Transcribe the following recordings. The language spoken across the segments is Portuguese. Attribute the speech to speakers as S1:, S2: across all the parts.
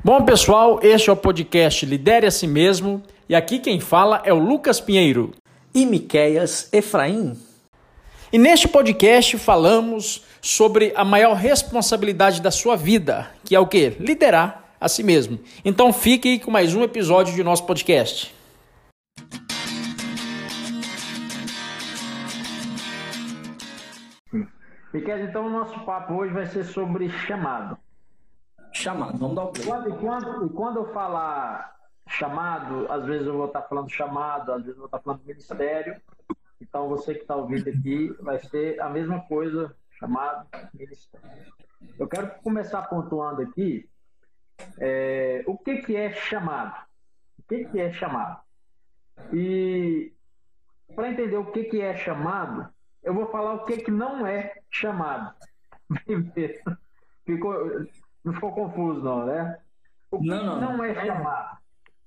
S1: Bom, pessoal, este é o podcast Lidere a Si Mesmo e aqui quem fala é o Lucas Pinheiro
S2: e Miqueias Efraim.
S1: E neste podcast falamos sobre a maior responsabilidade da sua vida, que é o quê? Liderar a si mesmo. Então fique aí com mais um episódio de nosso podcast. Miqueias, então o nosso papo hoje vai ser sobre chamado.
S2: Chamado, vamos dar o play.
S1: Quando eu falar chamado, às vezes eu vou estar falando chamado, às vezes eu vou estar falando ministério. Então você que está ouvindo aqui vai ser a mesma coisa, chamado, ministério. Eu quero começar pontuando aqui o que é chamado. O que é chamado? E para entender o que é chamado, eu vou falar o que não é chamado. Não ficou confuso, não, né? O que não é chamado?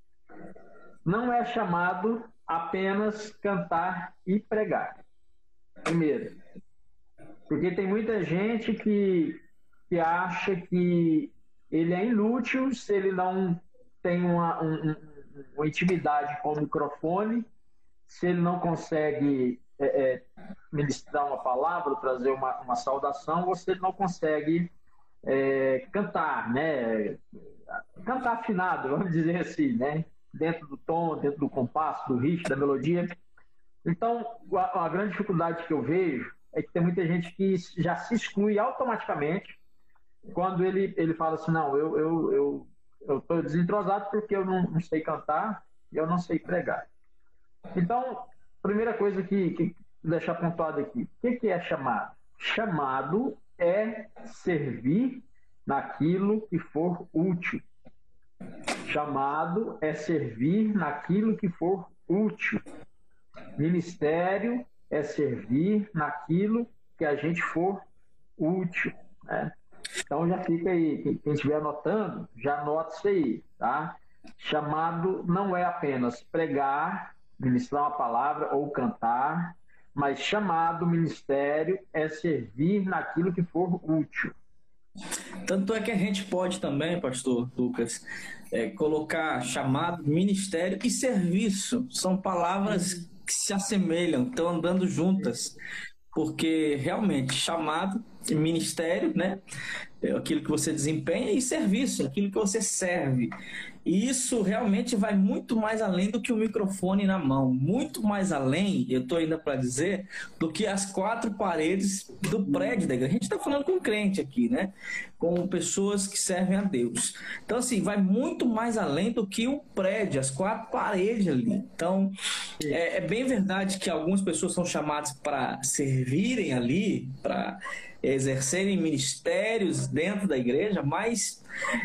S1: Não é chamado apenas cantar e pregar. Primeiro. Porque tem muita gente que acha que ele é inútil se ele não tem uma intimidade com o microfone, se ele não consegue ministrar uma palavra, trazer uma saudação, ou se ele não consegue cantar, né? Cantar afinado, vamos dizer assim, né? Dentro do tom, dentro do compasso, do ritmo, da melodia. Então, a grande dificuldade que eu vejo é que tem muita gente que já se exclui automaticamente quando ele fala assim, não, eu estou desentrosado porque eu não sei cantar e eu não sei pregar. Então, primeira coisa que deixar pontuado aqui, o que é chamado? Chamado é servir naquilo que for útil. Chamado é servir naquilo que for útil. Ministério é servir naquilo que a gente for útil, né? Então já fica aí, quem estiver anotando, já anota isso aí, tá? Chamado não é apenas pregar, ministrar uma palavra ou cantar, mas chamado, ministério, é servir naquilo que for útil.
S2: Tanto é que a gente pode também, pastor Lucas, colocar chamado, ministério e serviço. São palavras que se assemelham, estão andando juntas. Porque realmente chamado, ministério, né? É aquilo que você desempenha, e serviço, aquilo que você serve. E isso realmente vai muito mais além do que o microfone na mão, muito mais além, eu estou ainda para dizer, do que as quatro paredes do prédio da igreja. A gente está falando com crente aqui, né? Com pessoas que servem a Deus. Então, assim, vai muito mais além do que o prédio, as quatro paredes ali. Então, é bem verdade que algumas pessoas são chamadas para servirem ali, para exercerem ministérios dentro da igreja, mas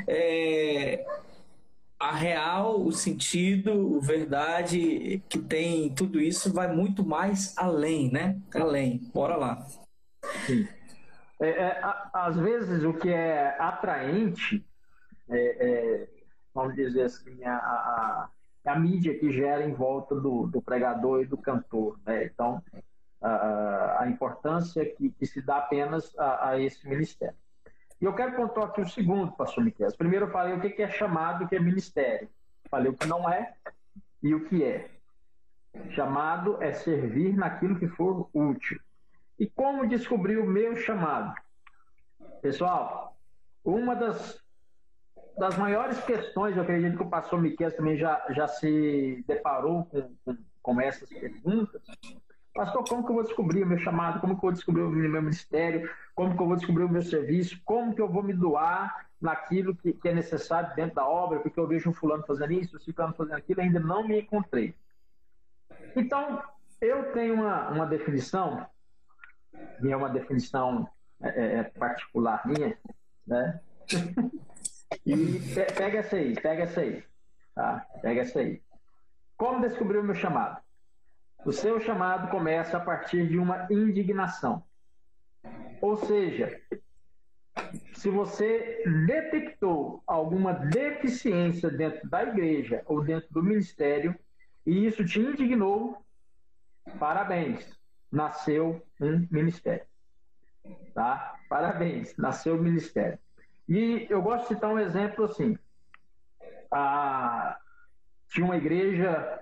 S2: a real, o sentido, a verdade que tem tudo isso vai muito mais além, né? Além. Bora lá.
S1: Sim. Às vezes o que é atraente vamos dizer assim, a mídia que gera em volta do pregador e do cantor, né? Então, a importância que se dá apenas a esse ministério. E eu quero pontuar aqui o segundo, pastor Miqueias. Primeiro eu falei o que é chamado, o que é ministério. Falei o que não é e o que é. Chamado é servir naquilo que for útil. E como descobrir o meu chamado? Pessoal, uma das maiores questões, eu acredito que o pastor Miqueias também já se deparou com essas perguntas. Pastor, como que eu vou descobrir o meu chamado? Como que eu vou descobrir o meu ministério? Como que eu vou descobrir o meu serviço? Como que eu vou me doar naquilo que é necessário dentro da obra? Porque eu vejo um fulano fazendo isso, um ciclano fazendo aquilo, ainda não me encontrei. Então, eu tenho uma definição, e é uma definição particular minha, né? E pega essa aí, tá? Pega essa aí. Como descobrir o meu chamado? O seu chamado começa a partir de uma indignação. Ou seja, se você detectou alguma deficiência dentro da igreja ou dentro do ministério e isso te indignou, parabéns, nasceu um ministério. Tá? Parabéns, nasceu um ministério. E eu gosto de citar um exemplo assim. tinha uma igreja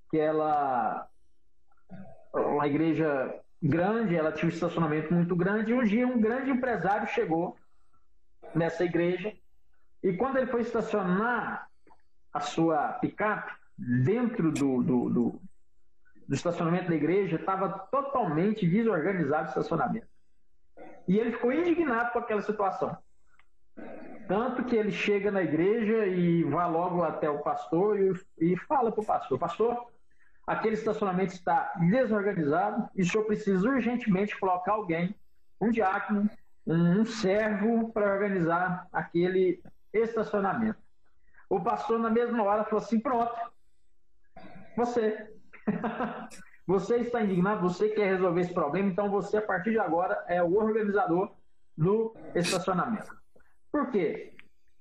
S1: uma igreja grande, ela tinha um estacionamento muito grande, e um dia um grande empresário chegou nessa igreja, e quando ele foi estacionar a sua picape dentro do estacionamento da igreja, estava totalmente desorganizado o estacionamento. E ele ficou indignado com aquela situação. Tanto que ele chega na igreja e vai logo até o pastor e fala para o pastor: pastor, aquele estacionamento está desorganizado e o senhor precisa urgentemente colocar alguém, um diácono, um servo, para organizar aquele estacionamento. O pastor, na mesma hora, falou assim: pronto, você está indignado, você quer resolver esse problema, então você, a partir de agora, é o organizador do estacionamento. Por quê?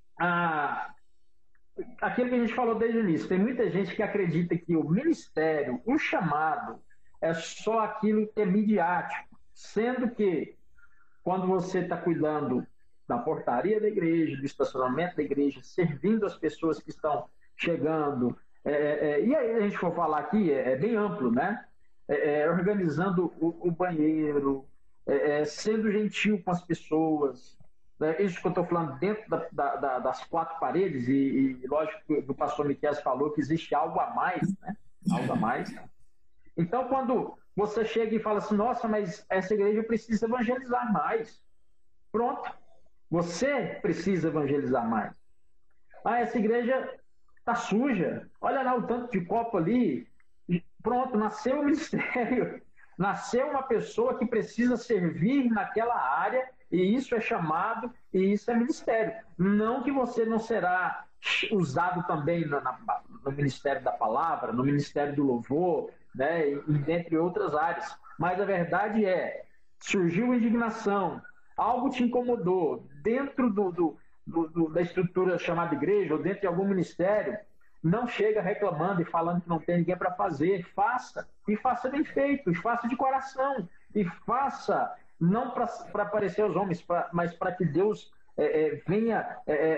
S1: Aquilo que a gente falou desde o início, tem muita gente que acredita que o ministério, o chamado, é só aquilo que é midiático, sendo que quando você está cuidando da portaria da igreja, do estacionamento da igreja, servindo as pessoas que estão chegando, e aí a gente for falar aqui, é bem amplo, né? Organizando o banheiro, sendo gentil com as pessoas, isso que eu estou falando dentro das quatro paredes, e lógico que o pastor Miquel falou que existe algo a mais, né? Algo a mais. Então, quando você chega e fala assim: nossa, mas essa igreja precisa evangelizar mais. Pronto. Você precisa evangelizar mais. Essa igreja está suja. Olha lá o tanto de copo ali. Pronto, nasceu o ministério. Nasceu uma pessoa que precisa servir naquela área, e isso é chamado, e isso é ministério. Não que você não será usado também no ministério da palavra, no ministério do louvor, né, e dentre outras áreas. Mas a verdade surgiu indignação, algo te incomodou dentro da estrutura chamada igreja, ou dentro de algum ministério. Não chega reclamando e falando que não tem ninguém para fazer. Faça, e faça bem feito, e faça de coração, e faça não para aparecer aos homens, mas para que Deus venha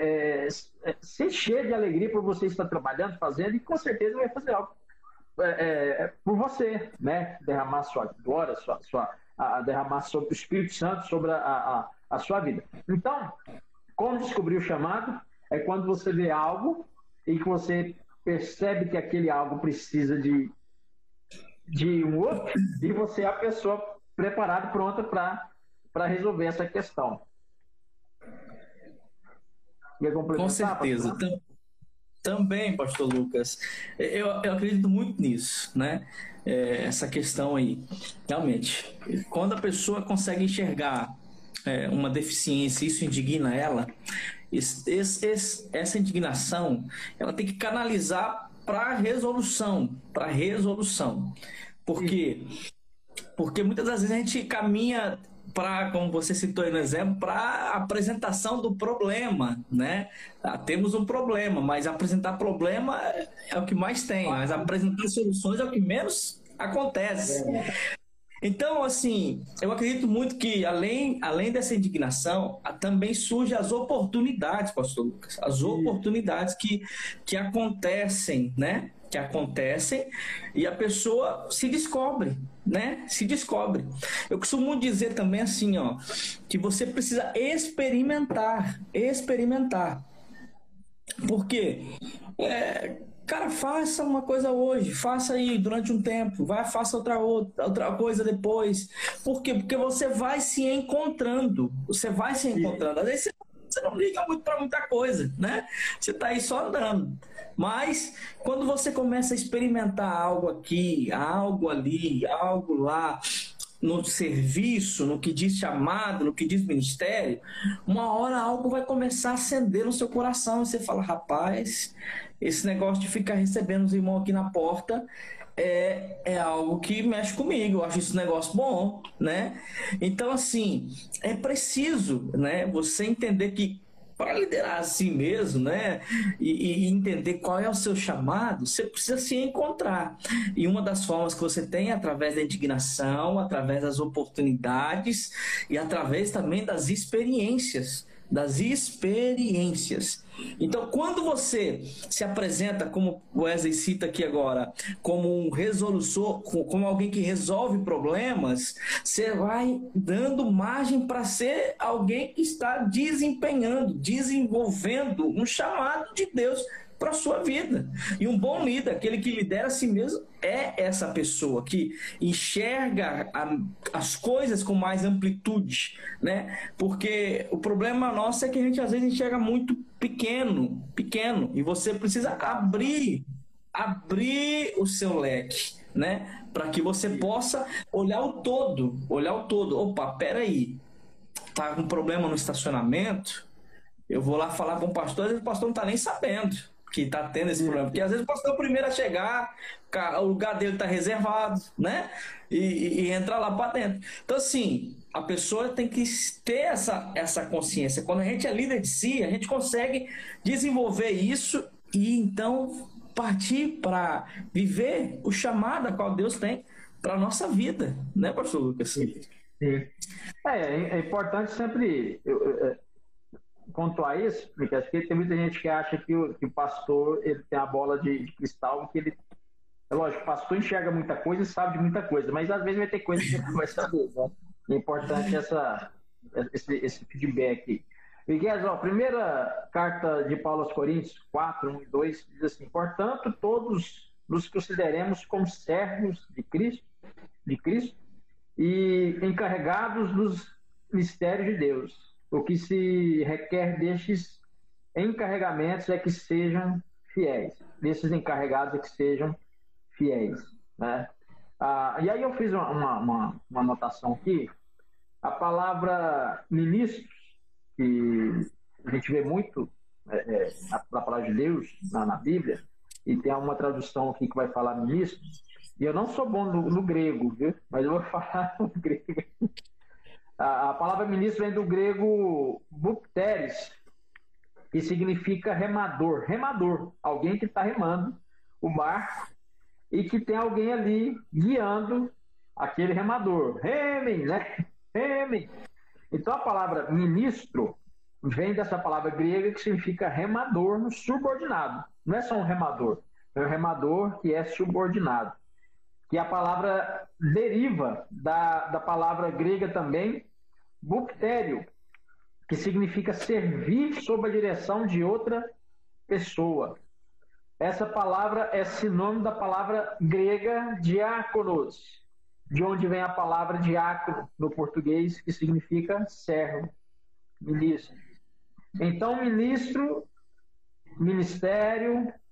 S1: se encher de alegria por você estar trabalhando, fazendo, e com certeza vai fazer algo por você, né? Derramar sua glória, derramar sobre o Espírito Santo sobre a sua vida. Então, como descobrir o chamado? É quando você vê algo e que você percebe que aquele algo precisa de um outro, e você é a pessoa preparada, pronta para resolver essa questão.
S2: Com certeza. Também, pastor Lucas, eu acredito muito nisso, né? Essa questão aí, realmente, quando a pessoa consegue enxergar uma deficiência, isso indigna ela, essa indignação, ela tem que canalizar para resolução. Por quê? Porque muitas das vezes a gente caminha para, como você citou aí no exemplo, para a apresentação do problema, né? Temos um problema, mas apresentar problema é o que mais tem, mas apresentar soluções é o que menos acontece. Então, assim, eu acredito muito que além dessa indignação, também surgem as oportunidades, pastor Lucas, as oportunidades que acontecem, né? Que acontecem, e a pessoa se descobre, né? Se descobre. Eu costumo dizer também assim, ó, que você precisa experimentar. Por quê? Cara, faça uma coisa hoje, faça aí durante um tempo, faça outra coisa depois. Por quê? Porque você vai se encontrando. Às vezes você não liga muito para muita coisa, né? Você está aí só andando. Mas quando você começa a experimentar algo aqui, algo ali, algo lá, no serviço, no que diz chamado, no que diz ministério, uma hora algo vai começar a acender no seu coração. E você fala: rapaz, esse negócio de ficar recebendo os irmãos aqui na porta é algo que mexe comigo, eu acho esse negócio bom, né? Então, assim, é preciso, né, você entender que para liderar assim mesmo, né, e entender qual é o seu chamado, você precisa se encontrar. E uma das formas que você tem é através da indignação, através das oportunidades e através também das experiências, das experiências. Então, quando você se apresenta, como o Wesley cita aqui agora, como um resolutor, como alguém que resolve problemas, você vai dando margem para ser alguém que está desempenhando, desenvolvendo um chamado de Deus para a sua vida. E um bom líder, aquele que lidera a si mesmo, é essa pessoa que enxerga as coisas com mais amplitude, né? Porque o problema nosso é que a gente às vezes enxerga muito pequeno, e você precisa abrir o seu leque, né? Para que você possa olhar o todo. Opa, peraí, tá com problema no estacionamento? Eu vou lá falar com o pastor, às vezes o pastor não está nem sabendo que está tendo esse problema, porque às vezes o pastor é o primeiro a chegar, o lugar dele está reservado, né? E entrar lá para dentro. Então, assim, a pessoa tem que ter essa consciência. Quando a gente é líder de si, a gente consegue desenvolver isso e então partir para viver o chamado a qual Deus tem para a nossa vida, né, pastor Lucas?
S1: Sim. É importante sempre pontuar isso, porque acho que tem muita gente que acha que o pastor ele tem a bola de cristal, que ele, é lógico, o pastor enxerga muita coisa e sabe de muita coisa, mas às vezes vai ter coisa que ele não vai saber, né? É importante esse feedback. Miguel, a primeira carta de Paulo aos Coríntios, 4, 1 e 2, diz assim: portanto, todos nos consideremos como servos de Cristo e encarregados dos mistérios de Deus. O que se requer destes encarregamentos é que sejam fiéis. Desses encarregados é que sejam fiéis, né? E aí eu fiz uma anotação aqui. A palavra ministros, que a gente vê muito na palavra de Deus, na Bíblia, e tem uma tradução aqui que vai falar ministros, e eu não sou bom no grego, viu? Mas eu vou falar no grego. A palavra ministro vem do grego bupteres, que significa remador. Remador, alguém que está remando o barco e que tem alguém ali guiando aquele remador. Remem, né? Remem. Então a palavra ministro vem dessa palavra grega que significa remador subordinado. Não é só um remador, é um remador que é subordinado. Que a palavra deriva da palavra grega também, buptério, que significa servir sob a direção de outra pessoa. Essa palavra é sinônimo da palavra grega diáconos, de onde vem a palavra diácono no português, que significa servo, ministro. Então, ministro, ministério,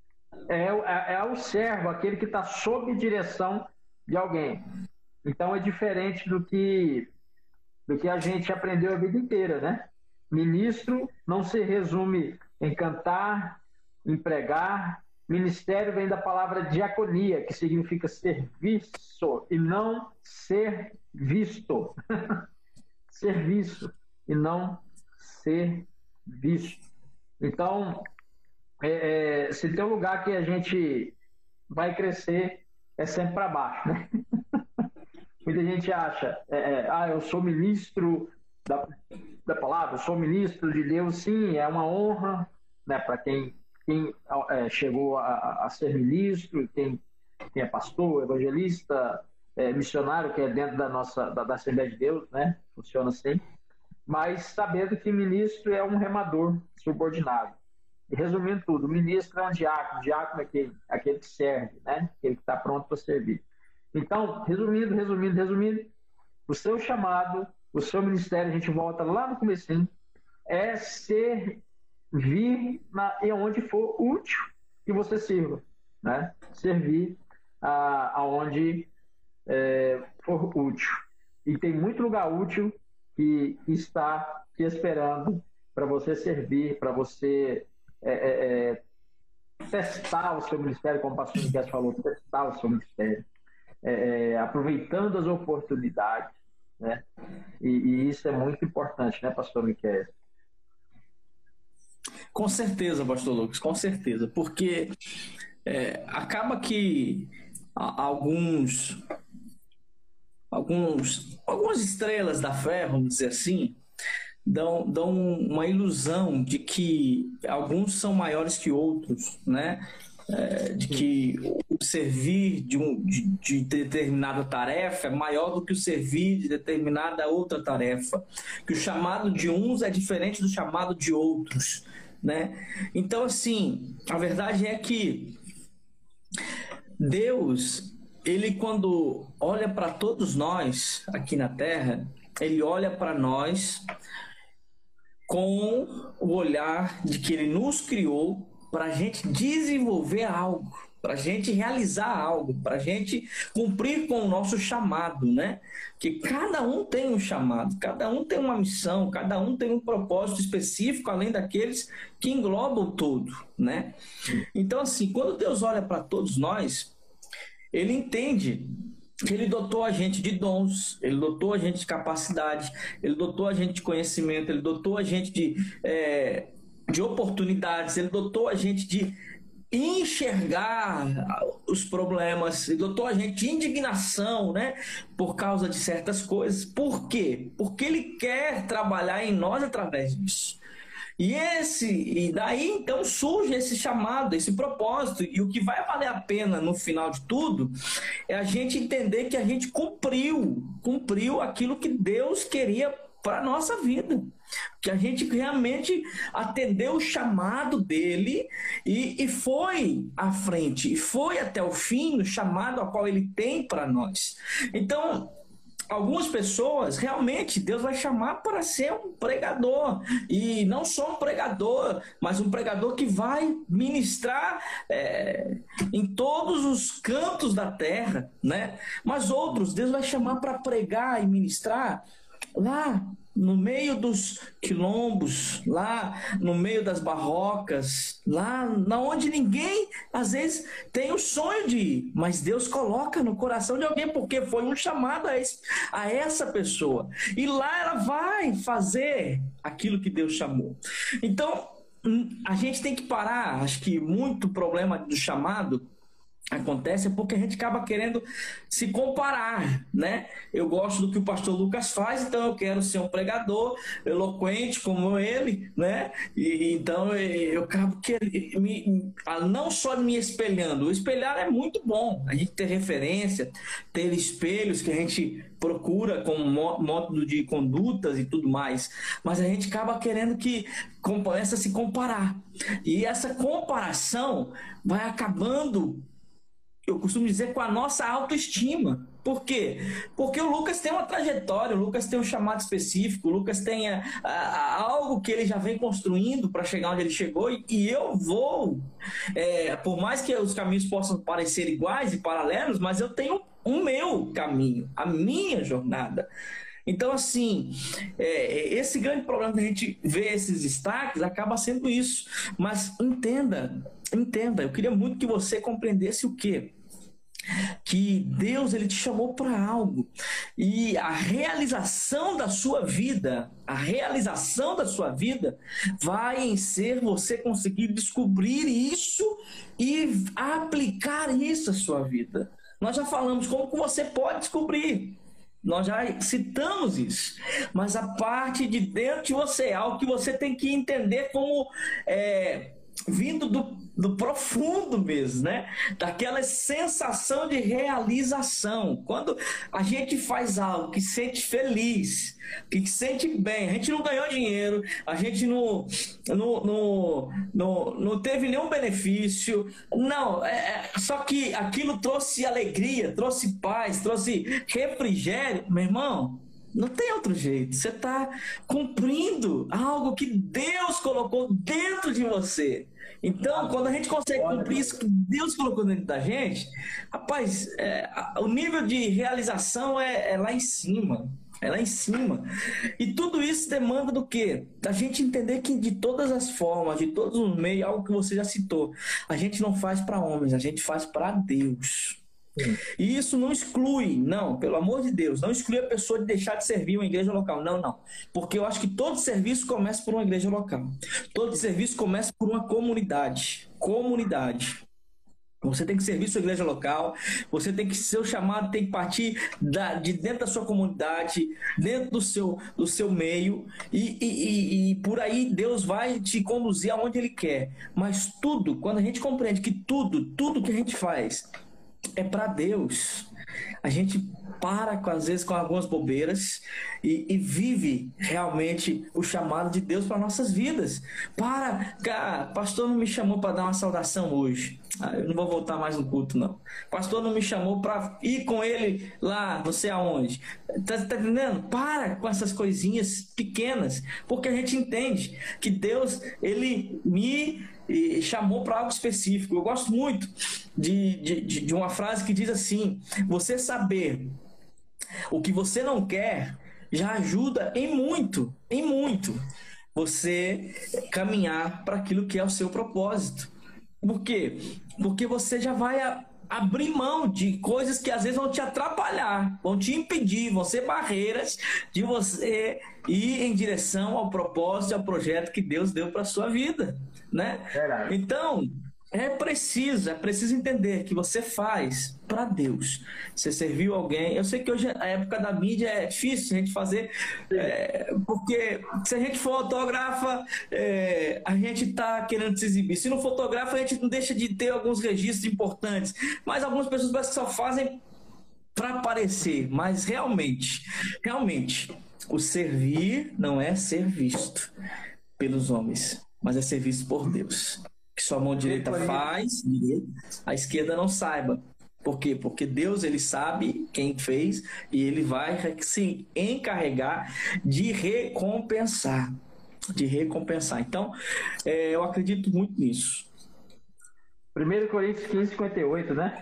S1: é o servo, aquele que está sob direção de alguém. Então, é diferente do que a gente aprendeu a vida inteira, né? Ministro não se resume em cantar, em pregar. Ministério vem da palavra diaconia, que significa serviço e não ser visto. Serviço e não ser visto. Então, se tem um lugar que a gente vai crescer, é sempre para baixo, né? Muita gente acha, eu sou ministro da palavra, eu sou ministro de Deus. Sim, é uma honra, né, para quem chegou a ser ministro, quem é pastor, evangelista, missionário, que é dentro da Assembleia de Deus, né? Funciona assim. Mas sabendo que ministro é um remador subordinado. E resumindo tudo, ministro é um diácono. Diácono é aquele que serve, né? Aquele que está pronto para servir. Então, resumindo, o seu chamado, o seu ministério, a gente volta lá no comecinho, é servir e onde for útil que você sirva, né? Servir aonde for útil. E tem muito lugar útil que está te esperando para você servir, para você testar o seu ministério, como o pastor Miguel falou, testar o seu ministério. Aproveitando as oportunidades, né? E isso é muito importante, né, pastor Miquel?
S2: Com certeza, pastor Lucas, com certeza, porque acaba que algumas estrelas da fé, vamos dizer assim, dão uma ilusão de que alguns são maiores que outros, né? De que o servir de determinada tarefa é maior do que o servir de determinada outra tarefa, que o chamado de uns é diferente do chamado de outros, né? Então, assim, a verdade é que Deus, ele quando olha para todos nós aqui na Terra, ele olha para nós com o olhar de que ele nos criou para a gente desenvolver algo, para a gente realizar algo, para a gente cumprir com o nosso chamado, né? Que cada um tem um chamado, cada um tem uma missão, cada um tem um propósito específico, além daqueles que englobam o todo, né? Então, assim, quando Deus olha para todos nós, ele entende que ele dotou a gente de dons, ele dotou a gente de capacidade, ele dotou a gente de conhecimento, ele dotou a gente de oportunidades, ele dotou a gente de enxergar os problemas, ele dotou a gente de indignação, né, por causa de certas coisas. Por quê? Porque ele quer trabalhar em nós através disso. E daí então surge esse chamado, esse propósito, e o que vai valer a pena no final de tudo é a gente entender que a gente cumpriu aquilo que Deus queria para a nossa vida, que a gente realmente atendeu o chamado dele e foi à frente, e foi até o fim no chamado ao qual ele tem para nós. Então, algumas pessoas, realmente, Deus vai chamar para ser um pregador. E não só um pregador, mas um pregador que vai ministrar em todos os cantos da terra, né? Mas outros, Deus vai chamar para pregar e ministrar lá no meio dos quilombos, lá no meio das barrocas, lá onde ninguém, às vezes, tem o sonho de ir, mas Deus coloca no coração de alguém, porque foi um chamado a essa pessoa. E lá ela vai fazer aquilo que Deus chamou. Então, a gente tem que parar, acho que muito problema do chamado acontece porque a gente acaba querendo se comparar, né? Eu gosto do que o pastor Lucas faz, então eu quero ser um pregador eloquente como ele, né? E então eu acabo não só me espelhando. O espelhar é muito bom, a gente ter referência, ter espelhos que a gente procura como método de condutas e tudo mais, mas a gente acaba querendo que começa a se comparar. E essa comparação vai acabando, eu costumo dizer, com a nossa autoestima. Por quê? Porque o Lucas tem uma trajetória, o Lucas tem um chamado específico, o Lucas tem algo que ele já vem construindo para chegar onde ele chegou, e eu vou, por mais que os caminhos possam parecer iguais e paralelos, mas eu tenho o meu caminho, a minha jornada. Então, assim, esse grande problema da gente ver esses destaques acaba sendo isso. Mas entenda, eu queria muito que você compreendesse o quê? Que Deus, ele te chamou para algo, e a realização da sua vida vai em ser você conseguir descobrir isso e aplicar isso à sua vida. Nós já falamos como que você pode descobrir, nós já citamos isso, mas a parte de dentro de você, algo que você tem que entender como vindo do profundo mesmo, né? Daquela sensação de realização. Quando a gente faz algo que sente feliz, que sente bem, a gente não ganhou dinheiro, a gente não teve nenhum benefício, não, só que aquilo trouxe alegria, trouxe paz, trouxe refrigério, meu irmão. Não tem outro jeito. Você está cumprindo algo que Deus colocou dentro de você. Então, quando a gente consegue cumprir isso que Deus colocou dentro da gente, rapaz, o nível de realização é lá em cima. É lá em cima. E tudo isso demanda do quê? Da gente entender que de todas as formas, de todos os meios, algo que você já citou, a gente não faz para homens, a gente faz para Deus. E isso não exclui, não, pelo amor de Deus, não exclui a pessoa de deixar de servir uma igreja local, não. Porque eu acho que todo serviço começa por uma igreja local. Todo serviço começa por uma comunidade. Você tem que servir sua igreja local, você tem que, seu chamado tem que partir de dentro da sua comunidade, dentro do seu meio, e por aí Deus vai te conduzir aonde Ele quer. Mas tudo, quando a gente compreende que tudo que a gente faz é para Deus, a gente às vezes com algumas bobeiras e vive realmente o chamado de Deus para nossas vidas. Cara, pastor não me chamou para dar uma saudação hoje. Eu não vou voltar mais no culto, não. Pastor não me chamou para ir com ele lá, não sei aonde. Tá entendendo? Para com essas coisinhas pequenas, porque a gente entende que Deus, Ele me chamou para algo específico. Eu gosto muito de uma frase que diz assim: você saber o que você não quer já ajuda em muito você caminhar para aquilo que é o seu propósito. Por quê? Porque você já vai abrir mão de coisas que às vezes vão te atrapalhar, vão te impedir, vão ser barreiras de você ir em direção ao propósito, ao projeto que Deus deu para sua vida, né? Então, é preciso entender que você faz para Deus. Você serviu alguém. Eu sei que hoje a época da mídia é difícil a gente fazer, porque se a gente fotografa, a gente está querendo se exibir. Se não fotografa, a gente não deixa de ter alguns registros importantes. Mas algumas pessoas parece que só fazem para aparecer. Mas realmente, o servir não é ser visto pelos homens, mas é ser visto por Deus. Que sua mão direita faz, a esquerda não saiba. Por quê? Porque Deus, Ele sabe quem fez e Ele vai se encarregar de recompensar. Então, eu acredito muito nisso.
S1: 1 Coríntios 15, 58, né?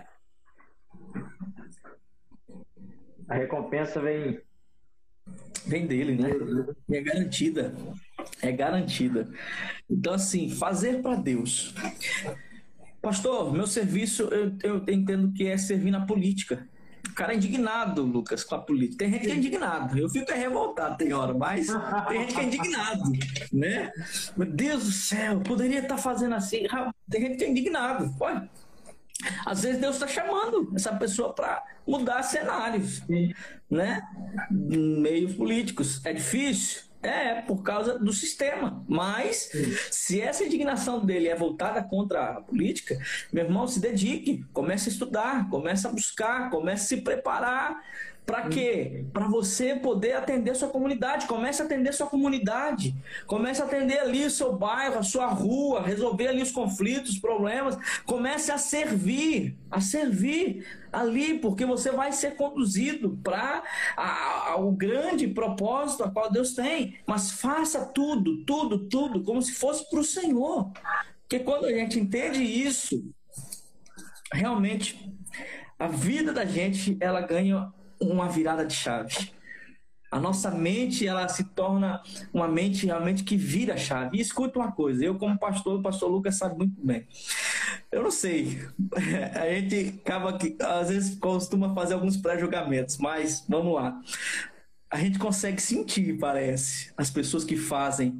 S1: A recompensa vem
S2: dele, né? E é garantida. Então, assim, fazer para Deus. Pastor, meu serviço, eu entendo que é servir na política. O cara é indignado, Lucas, com a política. Tem gente que é indignado. Eu fico revoltado, tem hora, mas tem gente que é indignado, né? Meu Deus do céu, poderia estar fazendo assim. Tem gente que é indignado. Olha, às vezes Deus está chamando essa pessoa para mudar cenários, né? Meios políticos. É difícil? Por causa do sistema. Mas, se essa indignação dele é voltada contra a política, meu irmão, se dedique, comece a estudar, comece a buscar, comece a se preparar. Para quê? Para você poder atender sua comunidade. Comece a atender sua comunidade. Comece a atender ali o seu bairro, a sua rua, resolver ali os conflitos, os problemas. Comece a servir ali, porque você vai ser conduzido para o grande propósito a qual Deus tem. Mas faça tudo, como se fosse para o Senhor. Porque quando a gente entende isso, realmente, a vida da gente, ela ganha uma virada de chave. A nossa mente, ela se torna uma mente realmente que vira a chave. E escuta uma coisa, eu como pastor, o pastor Lucas sabe muito bem. Eu não sei, a gente acaba que às vezes costuma fazer alguns pré-julgamentos, mas vamos lá. A gente consegue sentir, parece, as pessoas que fazem,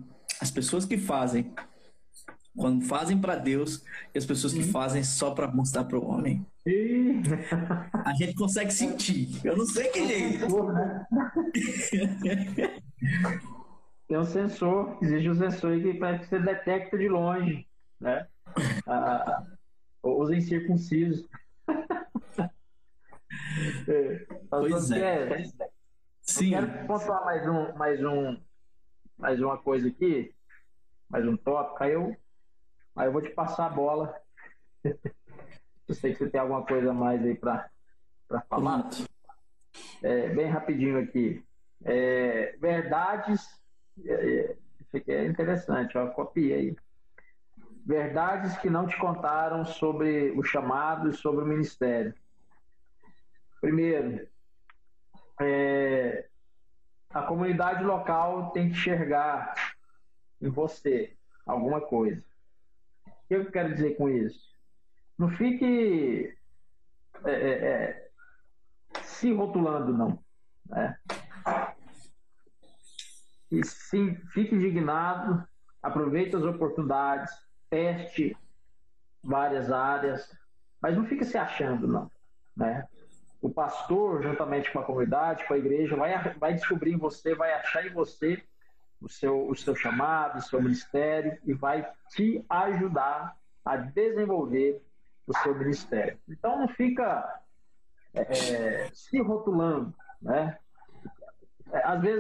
S2: quando fazem para Deus, e as pessoas que fazem só para mostrar para o homem. A gente consegue sentir. Eu não sei que jeito.
S1: Tem um sensor, existe um sensor aí que parece que você detecta de longe, né? Os incircuncisos.
S2: Pois é. Sim.
S1: Eu quero pontuar mais uma coisa aqui, mais um tópico. Aí eu vou te passar a bola. Eu sei que você tem alguma coisa a mais aí para falar. Bem rapidinho aqui. Verdades. Isso aqui é interessante, ó, copiei aí. Verdades que não te contaram sobre o chamado e sobre o ministério. Primeiro, a comunidade local tem que enxergar em você alguma coisa. O que eu quero dizer com isso? Não fique se rotulando, não. Né? E sim, fique indignado, aproveite as oportunidades, teste várias áreas, Mas não fica se achando, não, né? O pastor, juntamente com a comunidade, com a igreja, vai descobrir em você, vai achar em você o seu chamado, o seu ministério e vai te ajudar a desenvolver o seu ministério. Então, não fica se rotulando, né? Às vezes,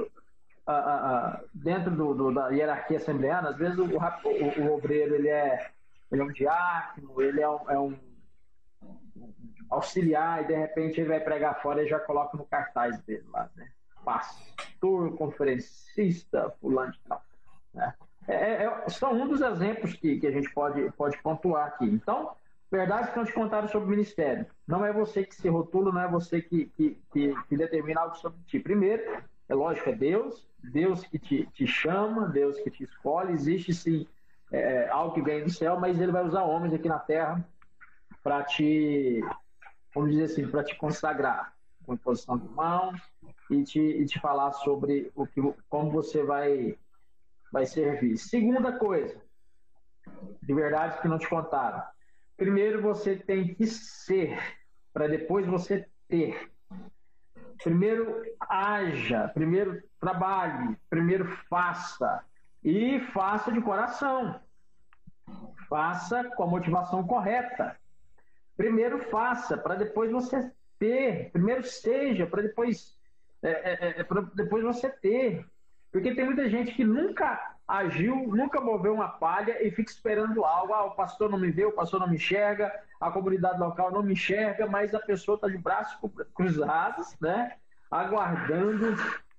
S1: dentro da hierarquia assembleana, às vezes o obreiro ele é um diácono, ele é um auxiliar, e de repente ele vai pregar fora e já coloca no cartaz dele lá, né? Pastor, conferencista, fulano de tal, né? São um dos exemplos que a gente pode pontuar aqui. Então, verdades que não te contaram sobre o ministério. Não é você que se rotula, não é você que determina algo sobre ti. Primeiro, é lógico, é Deus que te chama, Deus que te escolhe. Existe sim algo que vem do céu, mas ele vai usar homens aqui na terra para te, vamos dizer assim, para te consagrar com imposição de mãos e te falar sobre como você vai servir. Segunda coisa, de verdades que não te contaram. Primeiro você tem que ser, para depois você ter. Primeiro haja, primeiro trabalhe, primeiro faça. E faça de coração. Faça com a motivação correta. Primeiro faça, para depois você ter. Primeiro seja, para depois você ter. Porque tem muita gente que nunca agiu, nunca moveu uma palha e fica esperando algo. O pastor não me vê, o pastor não me enxerga, a comunidade local não me enxerga, mas a pessoa está de braços cruzados, né? Aguardando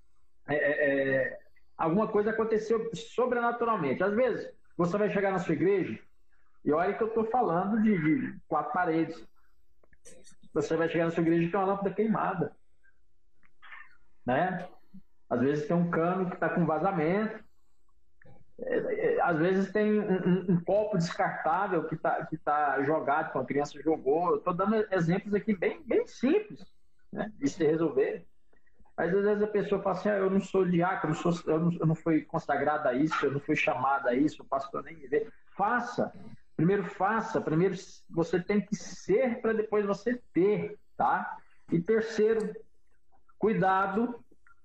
S1: alguma coisa acontecer sobrenaturalmente. Às vezes, você vai chegar na sua igreja, e olha que eu estou falando de 4 paredes. Você vai chegar na sua igreja e tem uma lâmpada queimada, né? Às vezes tem um cano que está com vazamento. Às vezes tem um copo descartável que tá jogado, que uma criança jogou. Eu estou dando exemplos aqui bem simples, né, de se resolver. Às vezes a pessoa fala assim, eu não sou diácono, eu não fui consagrado a isso, eu não fui chamado a isso, o pastor nem me vê. Faça. Primeiro você tem que ser para depois você ter, tá? E terceiro, cuidado,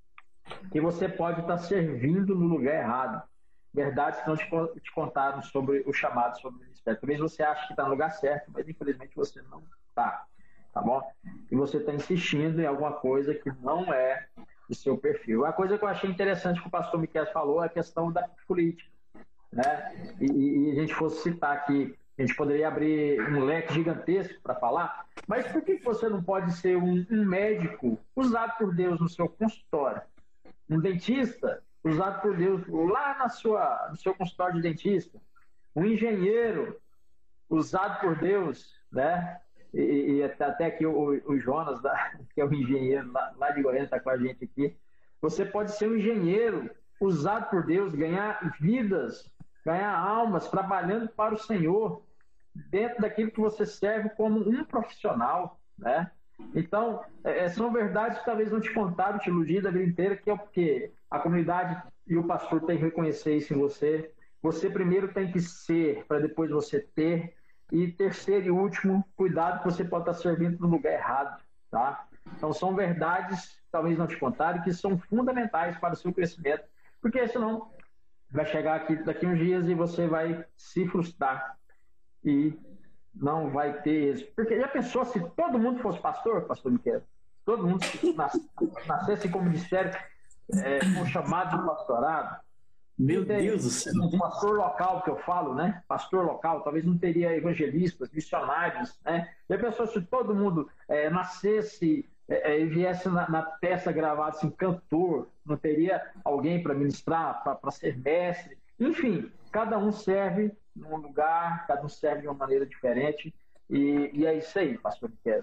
S1: que você pode estar servindo no lugar errado. Verdades que não te contaram sobre o chamado, sobre o ministério. Talvez você ache que está no lugar certo, mas infelizmente você não está, tá bom? E você está insistindo em alguma coisa que não é do seu perfil. A coisa que eu achei interessante que o pastor Miquel falou é a questão da política, né? E a gente fosse citar aqui, a gente poderia abrir um leque gigantesco para falar, mas por que você não pode ser um médico usado por Deus no seu consultório? Um dentista usado por Deus lá no seu consultório de dentista, um engenheiro usado por Deus, né? E até aqui o Jonas, que é o engenheiro lá de Goiânia, está com a gente aqui. Você pode ser um engenheiro usado por Deus, ganhar vidas, ganhar almas, trabalhando para o Senhor, dentro daquilo que você serve como um profissional, né? Então, são verdades que talvez não te contaram, te iludiram a vida inteira, que é o que a comunidade e o pastor têm que reconhecer isso em você. Você primeiro tem que ser, para depois você ter. E terceiro e último, cuidado que você pode estar servindo no lugar errado, tá? Então, são verdades que talvez não te contaram, que são fundamentais para o seu crescimento, porque senão vai chegar aqui daqui uns dias e você vai se frustrar e não vai ter êxito. Porque já pensou se todo mundo fosse pastor Miquel? Todo mundo nascesse como ministério, com chamado de pastorado?
S2: Meu Deus do céu.
S1: Um pastor local que eu falo, né? Pastor local, talvez não teria evangelistas, missionários, né? Já pensou se todo mundo nascesse e viesse na peça gravada assim, cantor, não teria alguém para ministrar, para ser mestre? Enfim, cada um serve num lugar, cada um serve de uma maneira diferente, e é isso aí, pastor Miquel.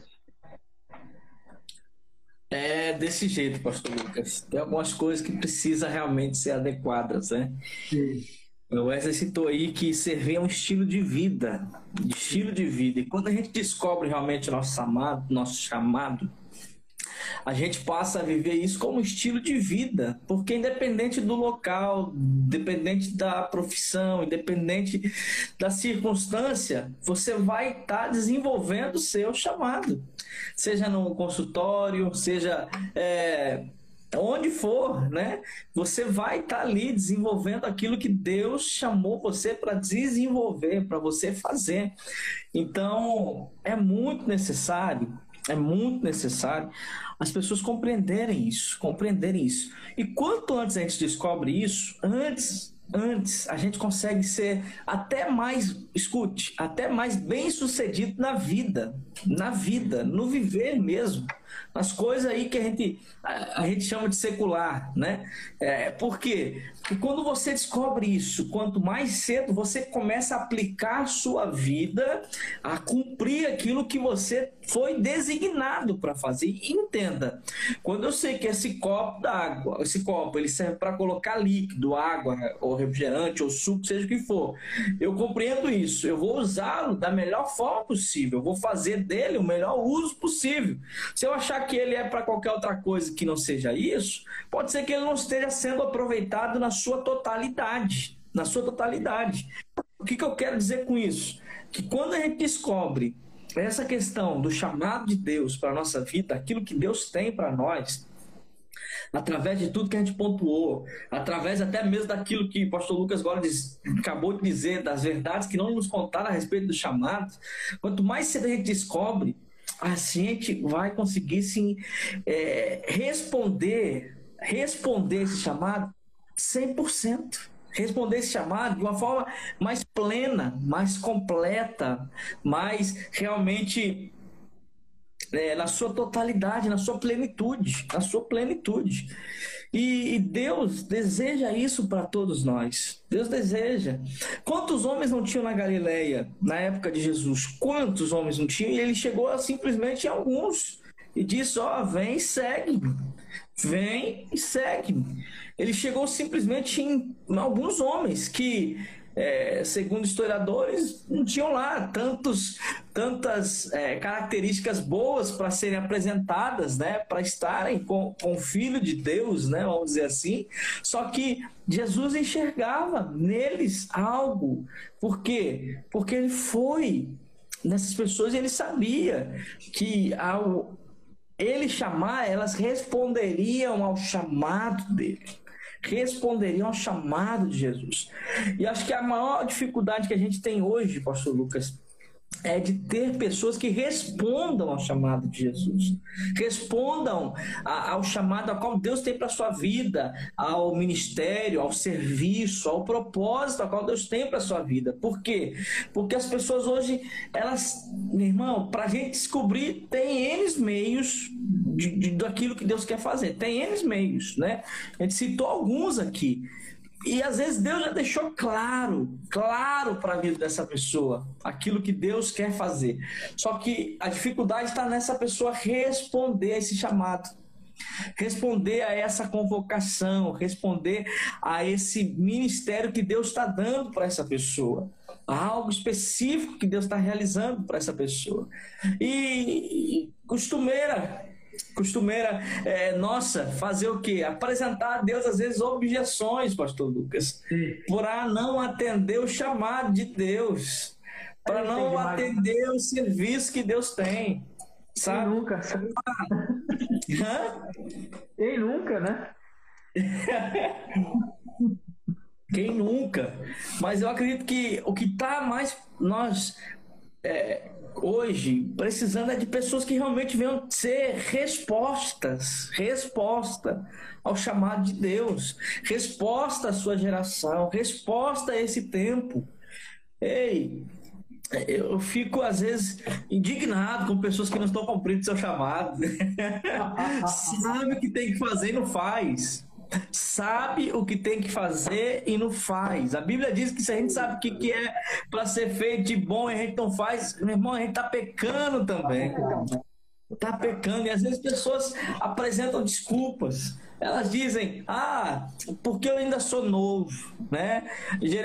S2: É desse jeito, pastor Lucas. Tem algumas coisas que precisam realmente ser adequadas, né?
S1: Sim.
S2: O Wesley citou aí que servir é um estilo de vida, E quando a gente descobre realmente o nosso chamado, A gente passa a viver isso como estilo de vida, porque independente do local, independente da profissão, independente da circunstância, você vai estar desenvolvendo o seu chamado. Seja no consultório, seja onde for, né? Você vai estar ali desenvolvendo aquilo que Deus chamou você para desenvolver, para você fazer. Então, é muito necessário as pessoas compreenderem isso. E quanto antes a gente descobre isso, antes a gente consegue ser até mais, escute, até mais bem-sucedido na vida, no viver mesmo, nas coisas aí que a gente chama de secular, né? Por quê? Porque quando você descobre isso, quanto mais cedo você começa a aplicar a sua vida, a cumprir aquilo que você foi designado para fazer. E entenda, quando eu sei que esse copo ele serve para colocar líquido, água, ou refrigerante, ou suco, seja o que for, eu compreendo isso, eu vou usá-lo da melhor forma possível, eu vou fazer dele o melhor uso possível. Se eu achar que ele é para qualquer outra coisa que não seja isso, pode ser que ele não esteja sendo aproveitado na sua totalidade. O que eu quero dizer com isso? Que quando a gente descobre essa questão do chamado de Deus para a nossa vida, aquilo que Deus tem para nós, através de tudo que a gente pontuou, através até mesmo daquilo que o pastor Lucas agora acabou de dizer, das verdades que não nos contaram a respeito do chamado, quanto mais cedo a gente descobre, a gente vai conseguir sim, responder esse chamado 100%. Responder esse chamado de uma forma mais plena, mais completa, mais realmente na sua totalidade, na sua plenitude. E Deus deseja isso para todos nós. Deus deseja. Quantos homens não tinham na Galileia na época de Jesus? Quantos homens não tinham? E ele chegou simplesmente em alguns e disse: vem e segue-me. Vem e segue-me. Ele chegou simplesmente em alguns homens que, segundo historiadores, não tinham lá tantas características boas para serem apresentadas, né, para estarem com o Filho de Deus, né, vamos dizer assim. Só que Jesus enxergava neles algo. Por quê? Porque ele foi nessas pessoas e ele sabia que ao ele chamar, elas responderiam ao chamado dele. Responderiam ao chamado de Jesus. E acho que a maior dificuldade que a gente tem hoje, pastor Lucas, é de ter pessoas que respondam ao chamado de Jesus. Respondam ao chamado a qual Deus tem para a sua vida, ao ministério, ao serviço, ao propósito a qual Deus tem para a sua vida. Por quê? Porque as pessoas hoje, meu irmão, para a gente descobrir, tem N meios daquilo que Deus quer fazer. Tem N meios, né? A gente citou alguns aqui. E às vezes Deus já deixou claro para a vida dessa pessoa aquilo que Deus quer fazer. Só que a dificuldade está nessa pessoa responder a esse chamado, responder a essa convocação, responder a esse ministério que Deus está dando para essa pessoa, algo específico que Deus está realizando para essa pessoa. E costumeira nossa, fazer o quê? Apresentar a Deus, às vezes, objeções, pastor Lucas, para não atender o chamado de Deus, para não atender o serviço que Deus tem, sabe?
S1: Quem nunca? Quem nunca, né?
S2: Quem nunca? Mas eu acredito que o que está mais nós hoje precisando é de pessoas que realmente venham ser resposta ao chamado de Deus, resposta à sua geração, resposta a esse tempo. Ei, eu fico às vezes indignado com pessoas que não estão cumprindo seu chamado. Sabe o que tem que fazer e não faz. Sabe o que tem que fazer e não faz. A Bíblia diz que se a gente sabe o que é para ser feito de bom e a gente não faz, meu irmão, a gente está pecando também. Está pecando. E às vezes pessoas apresentam desculpas. Elas dizem: porque eu ainda sou novo, né?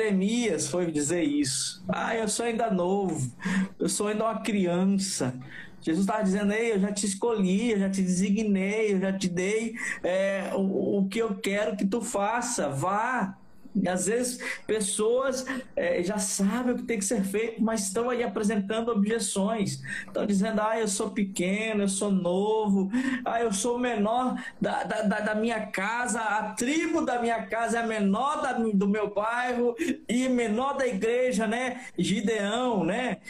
S2: Jeremias foi dizer isso. Eu sou ainda novo, eu sou ainda uma criança. Jesus estava dizendo: ei, eu já te escolhi, eu já te designei, eu já te dei o que eu quero que tu faça, vá. E às vezes pessoas já sabem o que tem que ser feito, mas estão aí apresentando objeções. Estão dizendo: eu sou pequeno, eu sou novo, eu sou o menor da minha casa, a tribo da minha casa é a menor do meu bairro e menor da igreja, né? Gideão,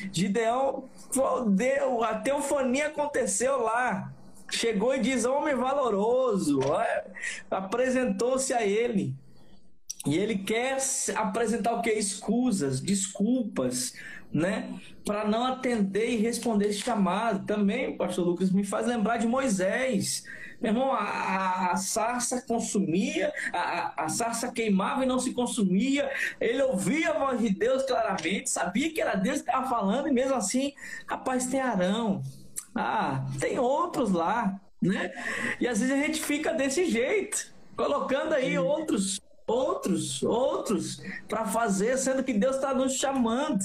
S2: a teofania aconteceu lá. Chegou e diz: homem valoroso, apresentou-se a ele. E ele quer apresentar o que? Escusas, desculpas, né? Para não atender e responder esse chamado. Também, pastor Lucas, me faz lembrar de Moisés. Meu irmão, a sarça consumia, a sarça queimava e não se consumia. Ele ouvia a voz de Deus claramente, sabia que era Deus que estava falando, e mesmo assim, rapaz, tem Arão. Tem outros lá, né? E às vezes a gente fica desse jeito, colocando aí outros para fazer, sendo que Deus está nos chamando.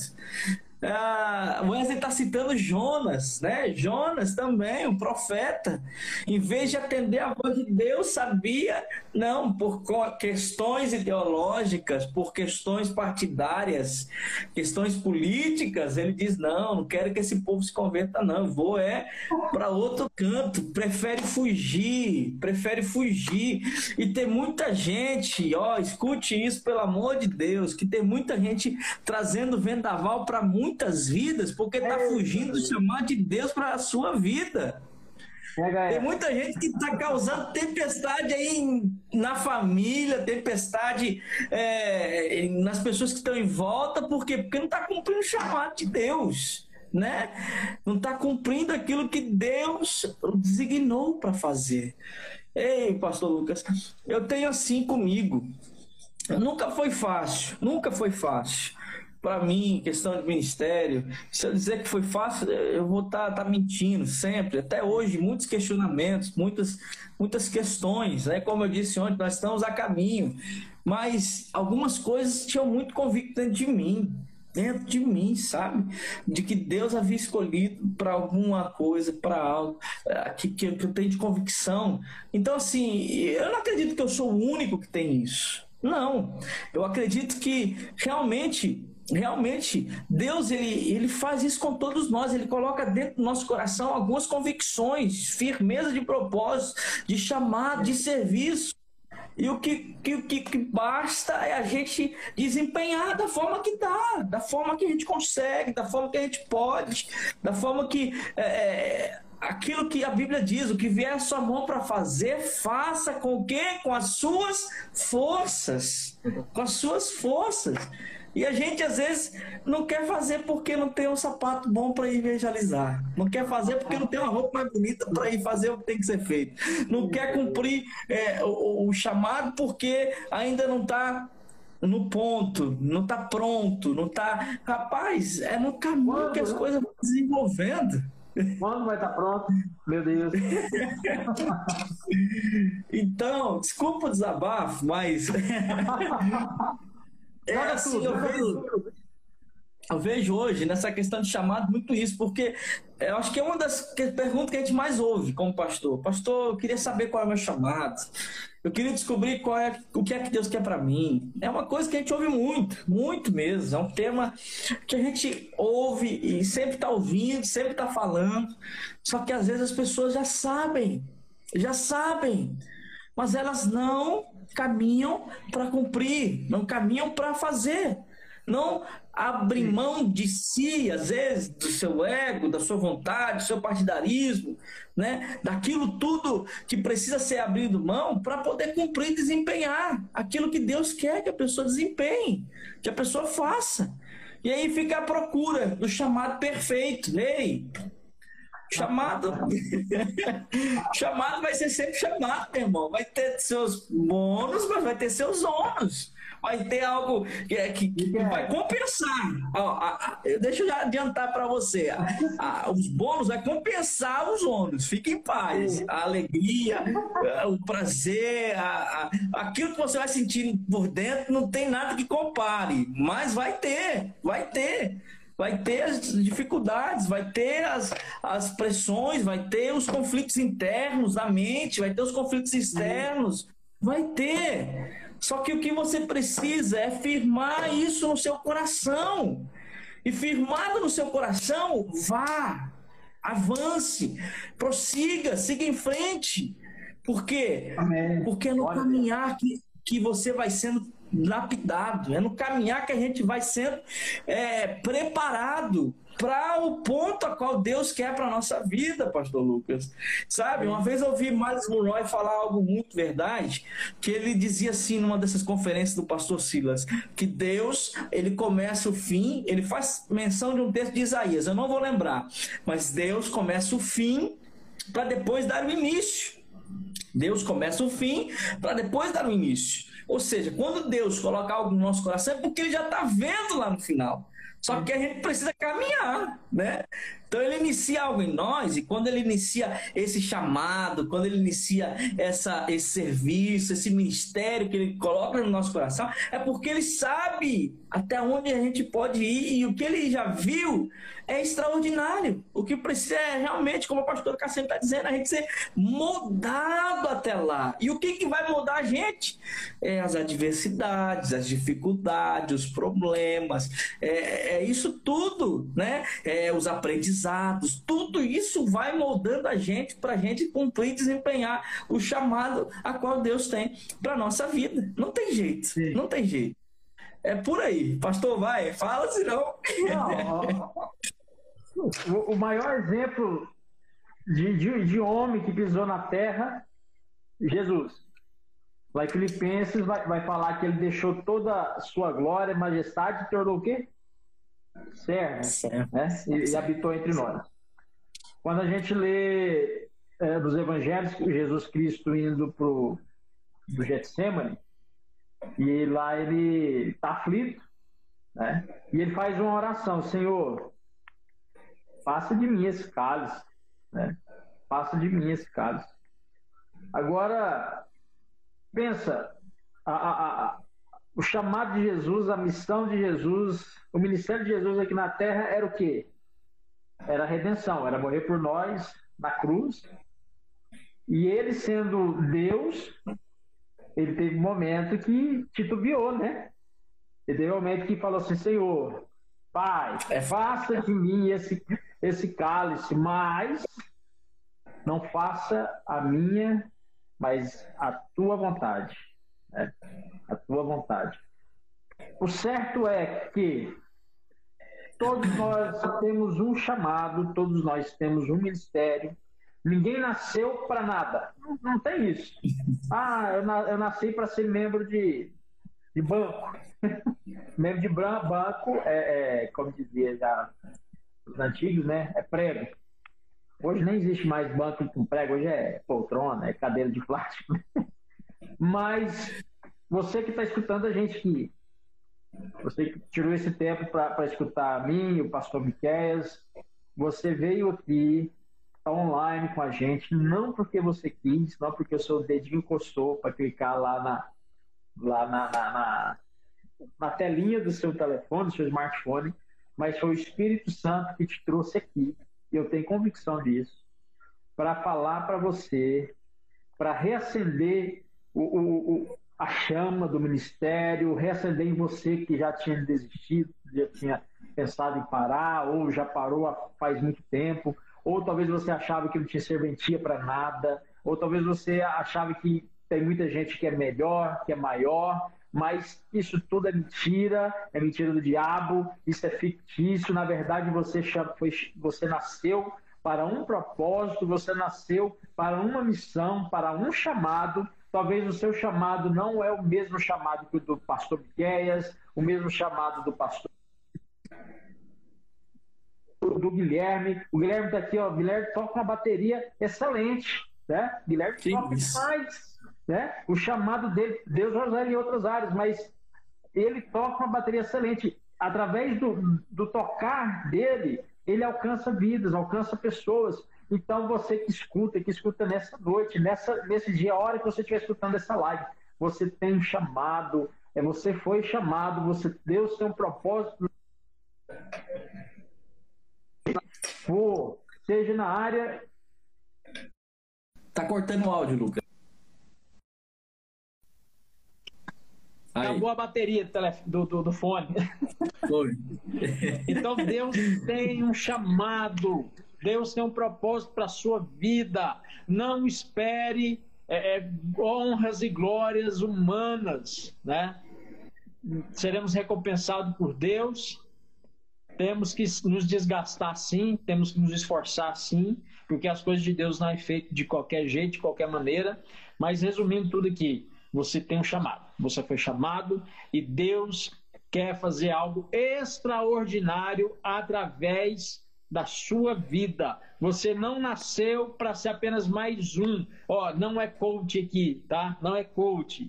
S2: Wesley está citando Jonas, né? Jonas também, um profeta, em vez de atender a voz de Deus, sabia, não, por questões ideológicas, por questões partidárias, questões políticas, ele diz: não quero que esse povo se converta, não, vou para outro canto, prefere fugir, e tem muita gente, escute isso, pelo amor de Deus, que tem muita gente trazendo vendaval para muitas vidas, porque está fugindo do chamado de Deus para a sua vida. Tem muita gente que está causando tempestade aí na família, tempestade nas pessoas que estão em volta, porque não está cumprindo o chamado de Deus, né? Não está cumprindo aquilo que Deus designou para fazer. Ei, pastor Lucas, eu tenho assim comigo. Nunca foi fácil para mim, questão de ministério. Se eu dizer que foi fácil, eu vou estar mentindo sempre. Até hoje, muitos questionamentos, muitas questões, né? Como eu disse ontem, nós estamos a caminho, mas algumas coisas tinham muito convicto dentro de mim, sabe? De que Deus havia escolhido para alguma coisa, para algo que eu tenho de convicção. Então, assim, eu não acredito que eu sou o único que tem isso. Não, eu acredito que realmente Deus ele faz isso com todos nós. Ele coloca dentro do nosso coração algumas convicções, firmeza de propósito, de chamado, de serviço. E o que basta é a gente desempenhar da forma que dá, da forma que a gente consegue, da forma que a gente pode, da forma que aquilo que a Bíblia diz: o que vier à sua mão para fazer, faça com o quê? Com as suas forças. Com as suas forças. E a gente, às vezes, não quer fazer porque não tem um sapato bom para ir evangelizar. Não quer fazer porque não tem uma roupa mais bonita para ir fazer o que tem que ser feito. Não quer cumprir o chamado porque ainda não está no ponto, não está pronto, não está... Rapaz, é no caminho que as coisas vão desenvolvendo.
S1: Quando vai estar pronto? Meu Deus.
S2: Então, desculpa o desabafo, mas... assim, eu vejo hoje nessa questão de chamado muito isso, porque eu acho que é uma das perguntas que a gente mais ouve como pastor. Pastor, eu queria saber qual é o meu chamado. Eu queria descobrir o que é que Deus quer para mim. É uma coisa que a gente ouve muito mesmo. É um tema que a gente ouve e sempre está ouvindo, sempre está falando. Só que às vezes as pessoas já sabem, mas elas não caminham para cumprir, não caminham para fazer, não abrem mão de si, às vezes, do seu ego, da sua vontade, do seu partidarismo, né? Daquilo tudo que precisa ser abrido mão para poder cumprir e desempenhar aquilo que Deus quer que a pessoa desempenhe, que a pessoa faça. E aí fica a procura do chamado perfeito. Ei, chamado vai ser sempre chamado, meu irmão. Vai ter seus bônus, mas vai ter seus ônus. Vai ter algo que vai compensar. Deixa eu já adiantar para você. Os bônus vai compensar os ônus. Fique em paz. A alegria, o prazer, aquilo que você vai sentir por dentro, não tem nada que compare. Mas vai ter. vai ter as dificuldades, vai ter as pressões, vai ter os conflitos internos da mente, vai ter os conflitos externos, vai ter. Só que o que você precisa é firmar isso no seu coração. E firmado no seu coração, vá, avance, prossiga, siga em frente. Por quê?
S1: Amém.
S2: Porque é no caminhar que você vai sendo lapidado, é no caminhar que a gente vai sendo preparado para o ponto a qual Deus quer para a nossa vida, pastor Lucas. Sabe, uma vez eu ouvi Miles Monroe falar algo muito verdade, que ele dizia assim numa dessas conferências do pastor Silas, que Deus, ele começa o fim, ele faz menção de um texto de Isaías, eu não vou lembrar, mas Deus começa o fim para depois dar o início. Deus começa o fim para depois dar o início. Ou seja, quando Deus coloca algo no nosso coração é porque ele já está vendo lá no final. Só que a gente precisa caminhar, né? Então ele inicia algo em nós, e quando ele inicia esse chamado, quando ele inicia esse serviço, esse ministério que ele coloca no nosso coração, é porque ele sabe até onde a gente pode ir, e o que ele já viu é extraordinário. O que precisa é realmente, como o pastor Cassiano está dizendo, a gente ser moldado até lá. E o que vai mudar a gente? É as adversidades, as dificuldades, os problemas, é isso tudo, né? Os aprendizados, tudo isso vai moldando a gente para a gente cumprir e desempenhar o chamado a qual Deus tem para a nossa vida. Não tem jeito, não tem jeito. É por aí. Pastor, vai, fala, senão...
S1: O maior exemplo de homem que pisou na terra, Jesus. Lá em Filipenses vai falar que ele deixou toda a sua glória e majestade e tornou o quê? Servo, né? E habitou entre nós. Quando a gente lê nos evangelhos Jesus Cristo indo para o Getsemane, e lá ele está aflito, né? E ele faz uma oração: Senhor, passa de mim esse cálice, né? Passa de mim esse cálice. Agora, pensa, o chamado de Jesus, a missão de Jesus, o ministério de Jesus aqui na terra era o quê? Era a redenção, era morrer por nós na cruz. E ele, sendo Deus, ele teve um momento que titubeou, né? Ele teve um momento que falou assim: Senhor, Pai, faça de mim esse cálice, mas não faça a minha, mas a tua vontade, né? A tua vontade. O certo é que todos nós temos um chamado, todos nós temos um ministério. Ninguém nasceu para nada. Não tem isso. Eu nasci para ser membro de banco. Membro de banco como dizia já os antigos, né? É prego. Hoje nem existe mais banco com prego, hoje é poltrona, é cadeira de plástico. Mas você que está escutando a gente aqui, você que tirou esse tempo para escutar a mim, o pastor Miqueias, você veio aqui, está online com a gente, não porque você quis, não porque o seu dedinho encostou para clicar lá na telinha do seu telefone, do seu smartphone, mas foi o Espírito Santo que te trouxe aqui, e eu tenho convicção disso, para falar para você, para reacender a chama do ministério, reacender em você que já tinha desistido, já tinha pensado em parar, ou já parou faz muito tempo, ou talvez você achava que não tinha serventia para nada, ou talvez você achava que tem muita gente que é melhor, que é maior, mas isso tudo é mentira do diabo, isso é fictício. Na verdade, você nasceu para um propósito, você nasceu para uma missão, para um chamado. Talvez o seu chamado não é o mesmo chamado que o do pastor Miqueias, o mesmo chamado do pastor do Guilherme. O Guilherme está aqui, ó. O Guilherme toca uma bateria excelente, né? O Guilherme toca demais, né? O chamado dele, Deus vai usar ele em outras áreas, mas ele toca uma bateria excelente. Através do tocar dele, ele alcança vidas, alcança pessoas. Então, você que escuta nessa noite, nesse dia, a hora que você estiver escutando essa live, você tem um chamado, você foi chamado, Deus tem um propósito. for, seja na área...
S2: Tá cortando o áudio, Lucas.
S1: Acabou a bateria do fone.
S2: Foi.
S1: Então Deus tem um chamado, Deus tem um propósito para a sua vida. Não espere honras e glórias humanas, né? Seremos recompensados por Deus. Temos que nos desgastar sim, temos que nos esforçar sim, porque as coisas de Deus não é feito de qualquer jeito, de qualquer maneira. Mas resumindo tudo aqui, você tem um chamado, você foi chamado e Deus quer fazer algo extraordinário através da sua vida. Você não nasceu para ser apenas mais um. Não é coach aqui, tá? Não é coach.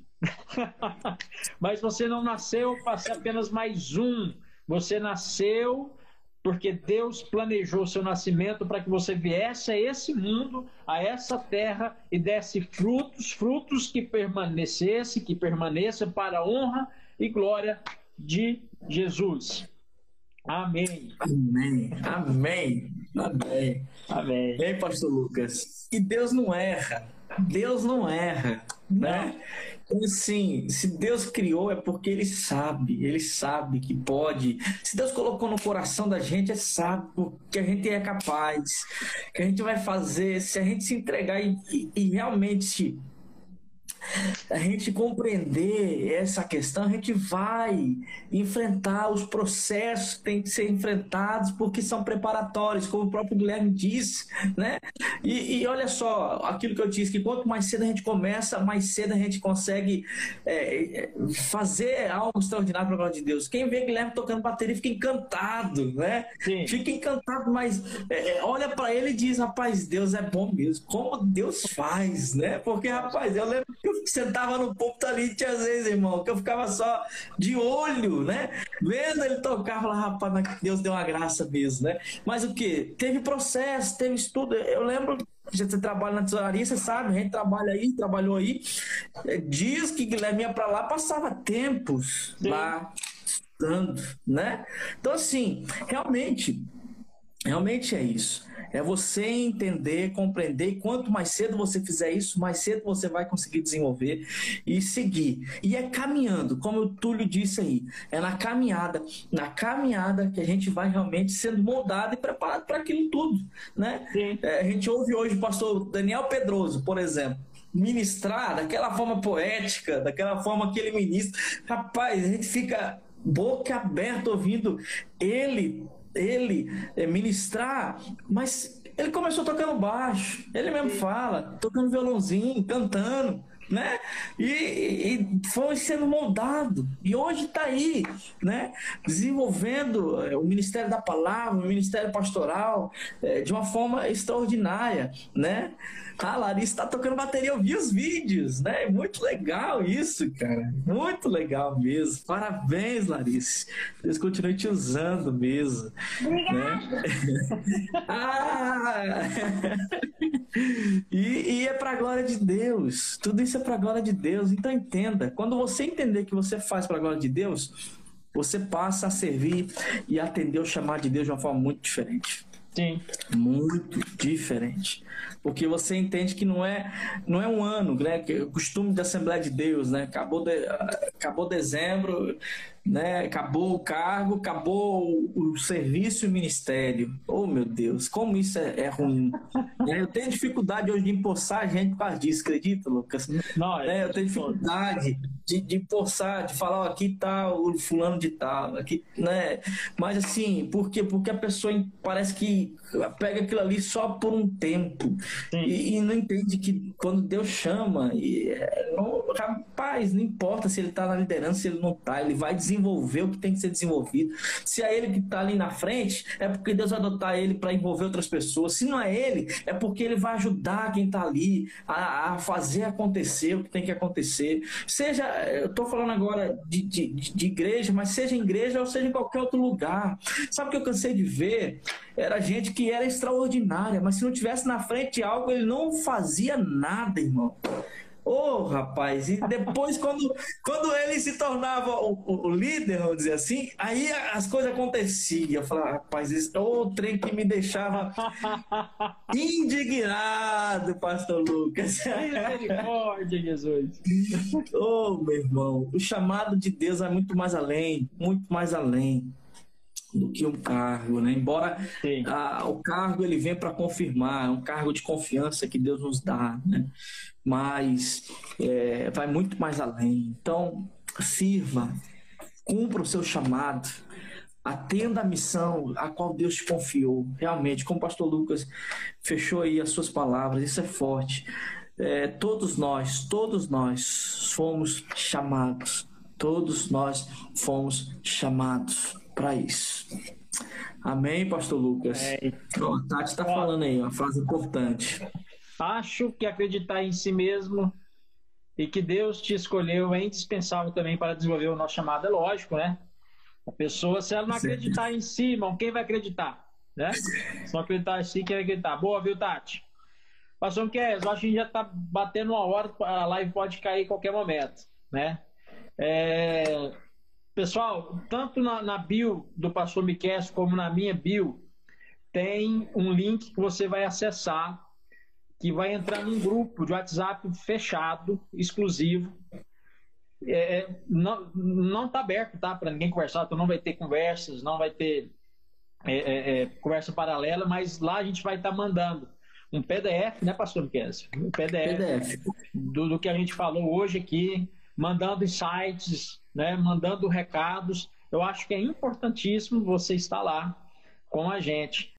S1: Mas você não nasceu para ser apenas mais um. Você nasceu porque Deus planejou seu nascimento para que você viesse a esse mundo, a essa terra e desse frutos que permaneça para a honra e glória de Jesus. Amém.
S2: Amém. Amém. Amém.
S1: Amém.
S2: E aí, pastor Lucas? E Deus não erra. Deus não erra, né? Então, assim, se Deus criou é porque Ele sabe que pode. Se Deus colocou no coração da gente, sabe que a gente é capaz, que a gente vai fazer, se a gente se entregar e realmente a gente compreender essa questão, a gente vai enfrentar os processos que têm que ser enfrentados porque são preparatórios, como o próprio Guilherme disse, né? E olha só, aquilo que eu disse, que quanto mais cedo a gente começa, mais cedo a gente consegue fazer algo extraordinário para a glória de Deus. Quem vê Guilherme tocando bateria fica encantado, né?
S1: Sim.
S2: Fica encantado, mas olha para ele e diz, rapaz, Deus é bom mesmo. Como Deus faz, né? Porque, rapaz, eu lembro que eu sentava no púlpito ali, tinha às vezes, irmão, que eu ficava só de olho, né? Vendo ele tocar, falava, rapaz, mas Deus deu uma graça mesmo, né? Mas o quê? Teve processo, teve estudo. Eu lembro, você trabalha na tesouraria, você sabe, a gente trabalhou aí. Diz que Guilherme ia para lá, passava tempos lá estudando, né? Então, assim, realmente é isso. É você entender, compreender, e quanto mais cedo você fizer isso, mais cedo você vai conseguir desenvolver e seguir. E é caminhando, como o Túlio disse aí, é na caminhada que a gente vai realmente sendo moldado e preparado para aquilo tudo, né? A gente ouve hoje o pastor Daniel Pedroso, por exemplo, ministrar daquela forma poética, daquela forma que ele ministra. Rapaz, a gente fica boca aberta ouvindo ele ministrar, mas ele começou tocando baixo, ele mesmo fala, tocando violãozinho, cantando, né? E foi sendo moldado, e hoje está aí, né? Desenvolvendo o Ministério da Palavra, o Ministério Pastoral, de uma forma extraordinária, né? A Larissa está tocando bateria, eu vi os vídeos, né? Muito legal isso, cara. Muito legal mesmo. Parabéns, Larissa. Deus continue te usando mesmo. Obrigada. Né? E é para a glória de Deus. Tudo isso é para a glória de Deus. Então entenda, quando você entender que você faz para a glória de Deus, você passa a servir e atender o chamado de Deus de uma forma muito diferente.
S1: Sim.
S2: Muito diferente. Porque você entende que não é um ano, né? Que é o costume da Assembleia de Deus, né? Acabou dezembro, né? Acabou o cargo, acabou o serviço e o ministério. Oh, meu Deus, como isso é ruim. Eu tenho dificuldade hoje de empossar a gente por causa disso, acredita, Lucas?
S1: Não,
S2: eu tenho dificuldade de empossar, de falar, aqui tá o fulano de tal, aqui, né? Mas assim, por quê? Porque a pessoa parece que pega aquilo ali só por um tempo e não entende que quando Deus chama, rapaz, não importa se ele está na liderança, se ele não está, ele vai desenvolver o que tem que ser desenvolvido. Se é ele que está ali na frente, é porque Deus vai adotar ele para envolver outras pessoas. Se não é ele, é porque ele vai ajudar quem está ali a fazer acontecer o que tem que acontecer. Seja, eu estou falando agora de igreja, mas seja em igreja ou seja em qualquer outro lugar. Sabe o que eu cansei de ver? Era gente que era extraordinária, mas se não tivesse na frente de algo, ele não fazia nada, irmão. Ô, rapaz, e depois quando ele se tornava o líder, vamos dizer assim, aí as coisas aconteciam. Eu falava, rapaz, esse é o trem que me deixava indignado, pastor Lucas.
S3: Misericórdia, Jesus.
S2: Ô, meu irmão, o chamado de Deus é muito mais além do que um cargo, né? Embora o cargo ele venha para confirmar, é um cargo de confiança que Deus nos dá, né? Mas vai muito mais além. Então, sirva, cumpra o seu chamado, atenda a missão a qual Deus te confiou. Realmente, como o pastor Lucas fechou aí as suas palavras, isso é forte. Todos nós fomos chamados. Todos nós fomos chamados para isso. Amém, pastor Lucas? A Tati está falando aí, uma frase importante.
S3: Acho que acreditar em si mesmo e que Deus te escolheu é indispensável também para desenvolver o nosso chamado. É lógico, né? A pessoa, se ela não acreditar em si, irmão, quem vai acreditar? Né? Se não acreditar em si, quem vai acreditar? Boa, viu, Tati? Pastor Miquel, eu acho que a gente já está batendo uma hora, a live pode cair em qualquer momento, né? Pessoal, tanto na bio do pastor Miquel como na minha bio, tem um link que você vai acessar, que vai entrar num grupo de WhatsApp fechado, exclusivo. Não está aberto, tá, para ninguém conversar, então não vai ter conversas, não vai ter conversa paralela, mas lá a gente vai estar mandando um PDF, né, pastor Miquel? Um PDF. Do que a gente falou hoje aqui, mandando insights, né, mandando recados. Eu acho que é importantíssimo você estar lá com a gente.